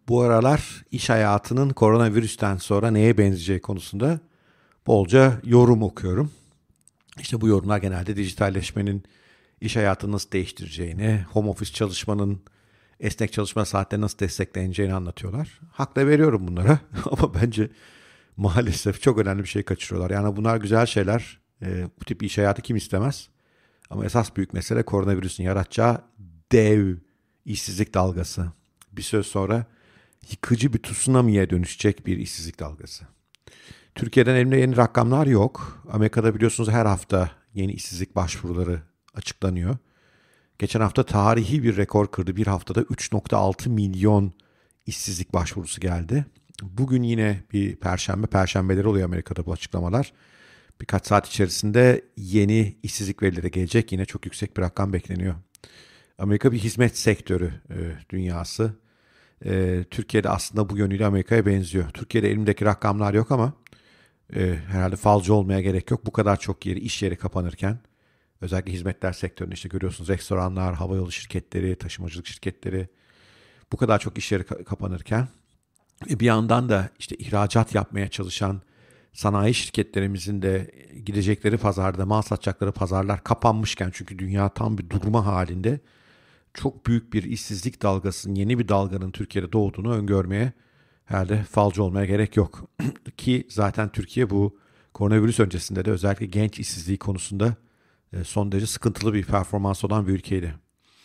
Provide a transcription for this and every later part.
Bu aralar iş hayatının koronavirüsten sonra neye benzeyeceği konusunda bolca yorum okuyorum. İşte bu yorumlar genelde dijitalleşmenin iş hayatını nasıl değiştireceğini, home office çalışmanın esnek çalışma saatleri nasıl destekleneceğini anlatıyorlar. Hak da veriyorum bunlara ama bence maalesef çok önemli bir şey kaçırıyorlar. Yani bunlar güzel şeyler. Bu tip iş hayatı kim istemez? Ama esas büyük mesele koronavirüsün yaratacağı dev işsizlik dalgası. Bir süre sonra yıkıcı bir tsunami'ye dönüşecek bir işsizlik dalgası. Türkiye'den elimde yeni rakamlar yok. Amerika'da biliyorsunuz her hafta yeni işsizlik başvuruları açıklanıyor. Geçen hafta tarihi bir rekor kırdı. Bir haftada 3,6 milyon işsizlik başvurusu geldi. Bugün yine bir perşembeleri oluyor Amerika'da bu açıklamalar. Birkaç saat içerisinde yeni işsizlik verileri gelecek. Yine çok yüksek bir rakam bekleniyor. Amerika bir hizmet sektörü dünyası. Türkiye'de aslında bu yönüyle Amerika'ya benziyor. Türkiye'de elimdeki rakamlar yok ama herhalde falcı olmaya gerek yok. Bu kadar çok iş yeri kapanırken özellikle hizmetler sektöründe işte görüyorsunuz restoranlar, havayolu şirketleri, taşımacılık şirketleri bu kadar çok iş yeri kapanırken bir yandan da işte ihracat yapmaya çalışan sanayi şirketlerimizin de gidecekleri pazarda mal satacakları pazarlar kapanmışken çünkü dünya tam bir durma halinde çok büyük bir işsizlik dalgasının yeni bir dalganın Türkiye'de doğduğunu öngörmeye herhalde falcı olmaya gerek yok. Ki zaten Türkiye bu koronavirüs öncesinde de özellikle genç işsizliği konusunda son derece sıkıntılı bir performans olan bir ülkeydi.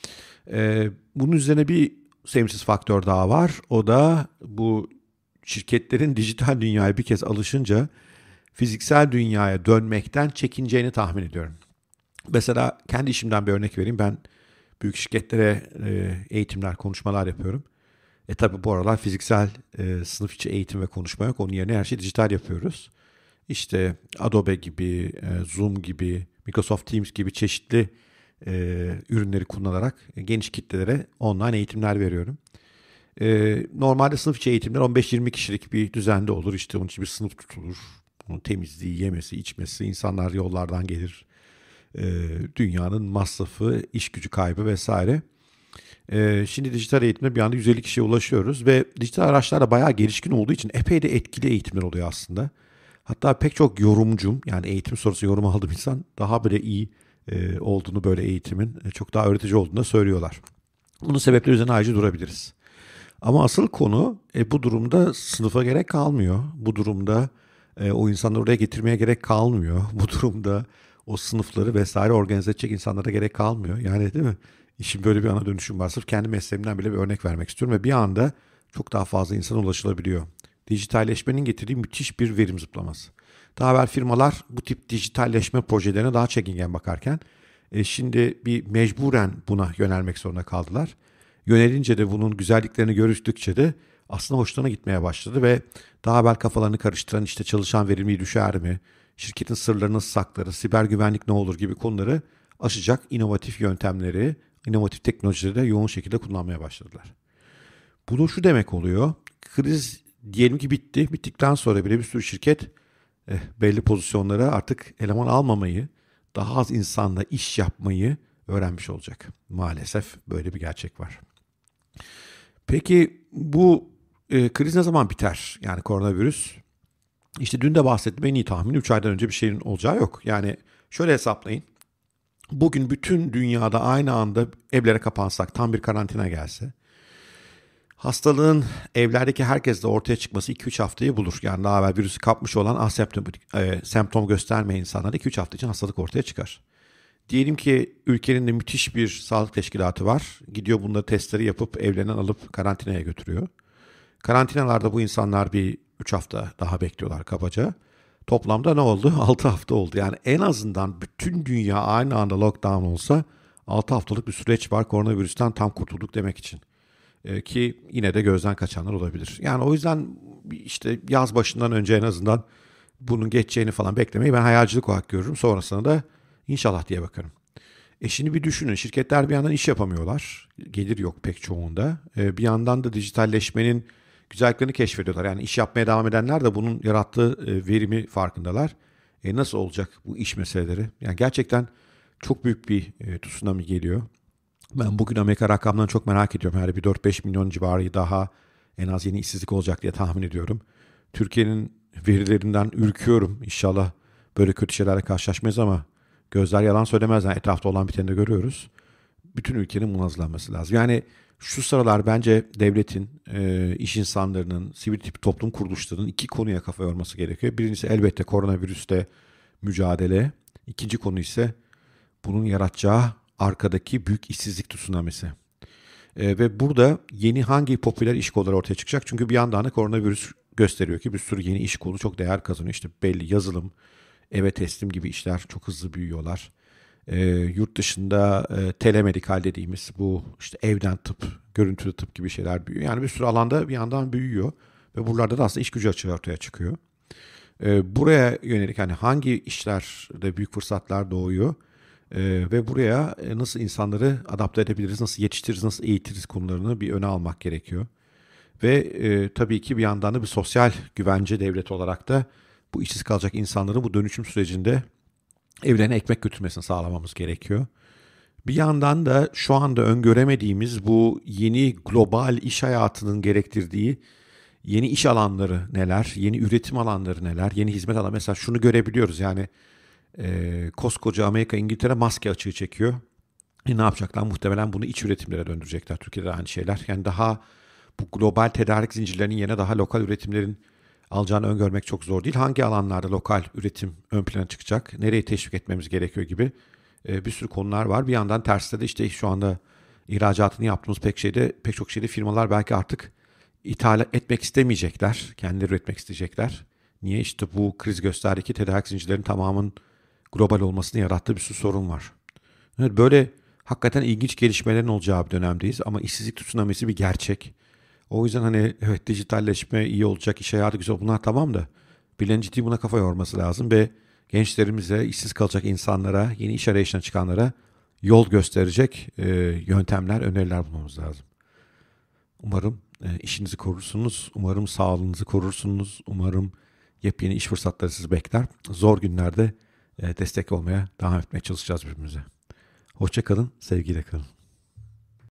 Bunun üzerine bir sevimsiz faktör daha var. O da bu şirketlerin dijital dünyaya bir kez alışınca fiziksel dünyaya dönmekten çekineceğini tahmin ediyorum. Mesela kendi işimden bir örnek vereyim. Ben büyük şirketlere eğitimler, konuşmalar yapıyorum. Tabi bu aralar fiziksel sınıf içi eğitim ve konuşma yok. Onun yerine her şeyi dijital yapıyoruz. İşte Adobe gibi, Zoom gibi, Microsoft Teams gibi çeşitli ürünleri kullanarak geniş kitlelere online eğitimler veriyorum. Normalde sınıf içi eğitimler 15-20 kişilik bir düzende olur. İşte onun için bir sınıf tutulur. Onun temizliği, yemesi, içmesi, insanlar yollardan gelir. Dünyanın masrafı, iş gücü kaybı vesaire. Şimdi dijital eğitimde bir anda 150 kişiye ulaşıyoruz ve dijital araçlar da bayağı gelişkin olduğu için epey de etkili eğitimler oluyor aslında. Hatta pek çok yorumcum yani eğitim sorusu yorum aldığım insan daha böyle iyi olduğunu böyle eğitimin çok daha öğretici olduğunu da söylüyorlar. Bunun sebepleri üzerine ayrıca durabiliriz. Ama asıl konu bu durumda sınıfa gerek kalmıyor. Bu durumda o insanları oraya getirmeye gerek kalmıyor. Bu durumda o sınıfları vesaire organize edecek insanlara gerek kalmıyor. Yani değil mi? İşin böyle bir ana dönüşüm var. Sırf kendi mesleğimden bile bir örnek vermek istiyorum ve bir anda çok daha fazla insana ulaşılabiliyor. Dijitalleşmenin getirdiği müthiş bir verim zıplaması. Daha evvel firmalar bu tip dijitalleşme projelerine daha çekingen bakarken şimdi bir mecburen buna yönelmek zorunda kaldılar. Yönelince de bunun güzelliklerini görüştükçe de aslında hoşlarına gitmeye başladı ve daha evvel kafalarını karıştıran işte çalışan verimliliği düşer mi, şirketin sırlarını nasıl saklarız, siber güvenlik ne olur gibi konuları aşacak inovatif yöntemleri, inovatif teknolojileri de yoğun şekilde kullanmaya başladılar. Bu da şu demek oluyor, kriz diyelim ki bitti, bittikten sonra bile bir sürü şirket belli pozisyonlara artık eleman almamayı, daha az insanla iş yapmayı öğrenmiş olacak. Maalesef böyle bir gerçek var. Peki bu kriz ne zaman biter? Yani koronavirüs. İşte dün de bahsettim en iyi tahmini 3 aydan önce bir şeyin olacağı yok. Yani şöyle hesaplayın. Bugün bütün dünyada aynı anda evlere kapansak, tam bir karantina gelse, hastalığın evlerdeki herkesle ortaya çıkması 2-3 haftayı bulur. Yani daha evvel virüsü kapmış olan semptom göstermeyen insanlar 2-3 hafta için hastalık ortaya çıkar. Diyelim ki ülkenin de müthiş bir sağlık teşkilatı var. Gidiyor bunları testleri yapıp evlerinden alıp karantinaya götürüyor. Karantinalarda bu insanlar bir 3 hafta daha bekliyorlar kabaca. Toplamda ne oldu? 6 hafta oldu. Yani en azından bütün dünya aynı anda lockdown olsa 6 haftalık bir süreç var koronavirüsten tam kurtulduk demek için. Ki yine de gözden kaçanlar olabilir. Yani o yüzden işte yaz başından önce en azından bunun geçeceğini falan beklemeyi ben hayalcilik olarak görürüm. Sonrasında da İnşallah diye bakarım. Şimdi bir düşünün. Şirketler bir yandan iş yapamıyorlar. Gelir yok pek çoğunda. Bir yandan da dijitalleşmenin güzelliklerini keşfediyorlar. Yani iş yapmaya devam edenler de bunun yarattığı verimi farkındalar. Nasıl olacak bu iş meseleleri? Yani gerçekten çok büyük bir tsunami geliyor. Ben bugün Amerika rakamlarını çok merak ediyorum. Her bir 4-5 milyon civarı daha en az yeni işsizlik olacak diye tahmin ediyorum. Türkiye'nin verilerinden ürküyorum. İnşallah böyle kötü şeylerle karşılaşmayız ama gözler yalan söylemez. Yani etrafta olan biteni de görüyoruz. Bütün ülkenin buna hazırlanması lazım. Yani şu sıralar bence devletin, iş insanlarının, sivil toplum kuruluşlarının iki konuya kafa yorması gerekiyor. Birincisi elbette koronavirüste mücadele. İkinci konu ise bunun yaratacağı arkadaki büyük işsizlik tsunamisi. Ve burada yeni hangi popüler iş kolları ortaya çıkacak? Çünkü bir yandan da koronavirüs gösteriyor ki bir sürü yeni iş kolu çok değer kazanıyor. İşte belli yazılım, eve teslim gibi işler çok hızlı büyüyorlar. Yurt dışında telemedikal dediğimiz bu işte evden tıp, görüntülü tıp gibi şeyler büyüyor. Yani bir sürü alanda bir yandan büyüyor ve buralarda da aslında iş gücü açığı ortaya çıkıyor. Buraya yönelik hani hangi işlerde büyük fırsatlar doğuyor ve buraya nasıl insanları adapte edebiliriz, nasıl yetiştiririz, nasıl eğitiriz konularını bir öne almak gerekiyor. Ve tabii ki bir yandan da bir sosyal güvence devleti olarak da bu işsiz kalacak insanların bu dönüşüm sürecinde evlerine ekmek götürmesini sağlamamız gerekiyor. Bir yandan da şu anda öngöremediğimiz bu yeni global iş hayatının gerektirdiği yeni iş alanları neler, yeni üretim alanları neler, yeni hizmet alanları. Mesela şunu görebiliyoruz yani koskoca Amerika, İngiltere maske açığı çekiyor. Ne yapacaklar? Muhtemelen bunu iç üretimlere döndürecekler. Türkiye'de aynı şeyler. Yani daha bu global tedarik zincirlerinin yerine daha lokal üretimlerin alacağını öngörmek çok zor değil. Hangi alanlarda lokal üretim ön plana çıkacak? Nereyi teşvik etmemiz gerekiyor gibi bir sürü konular var. Bir yandan terste de işte şu anda ihracatını yaptığımız pek çok şeyde firmalar belki artık ithal etmek istemeyecekler. Kendileri üretmek isteyecekler. Niye? İşte bu kriz gösterdi ki tedarik zincirlerinin tamamının global olmasını yarattığı bir sürü sorun var. Evet, böyle hakikaten ilginç gelişmelerin olacağı bir dönemdeyiz ama işsizlik tsunamisi bir gerçek. O yüzden hani evet dijitalleşme iyi olacak, iş hayatı güzel bunlar tamam da birilerinin ciddi buna kafa yorması lazım ve gençlerimize, işsiz kalacak insanlara, yeni iş arayışına çıkanlara yol gösterecek yöntemler, öneriler bulmamız lazım. Umarım işinizi korursunuz, umarım sağlığınızı korursunuz, umarım yepyeni iş fırsatları sizi bekler. Zor günlerde destek olmaya devam etmeye çalışacağız birbirimize. Hoşça kalın, sevgiyle kalın.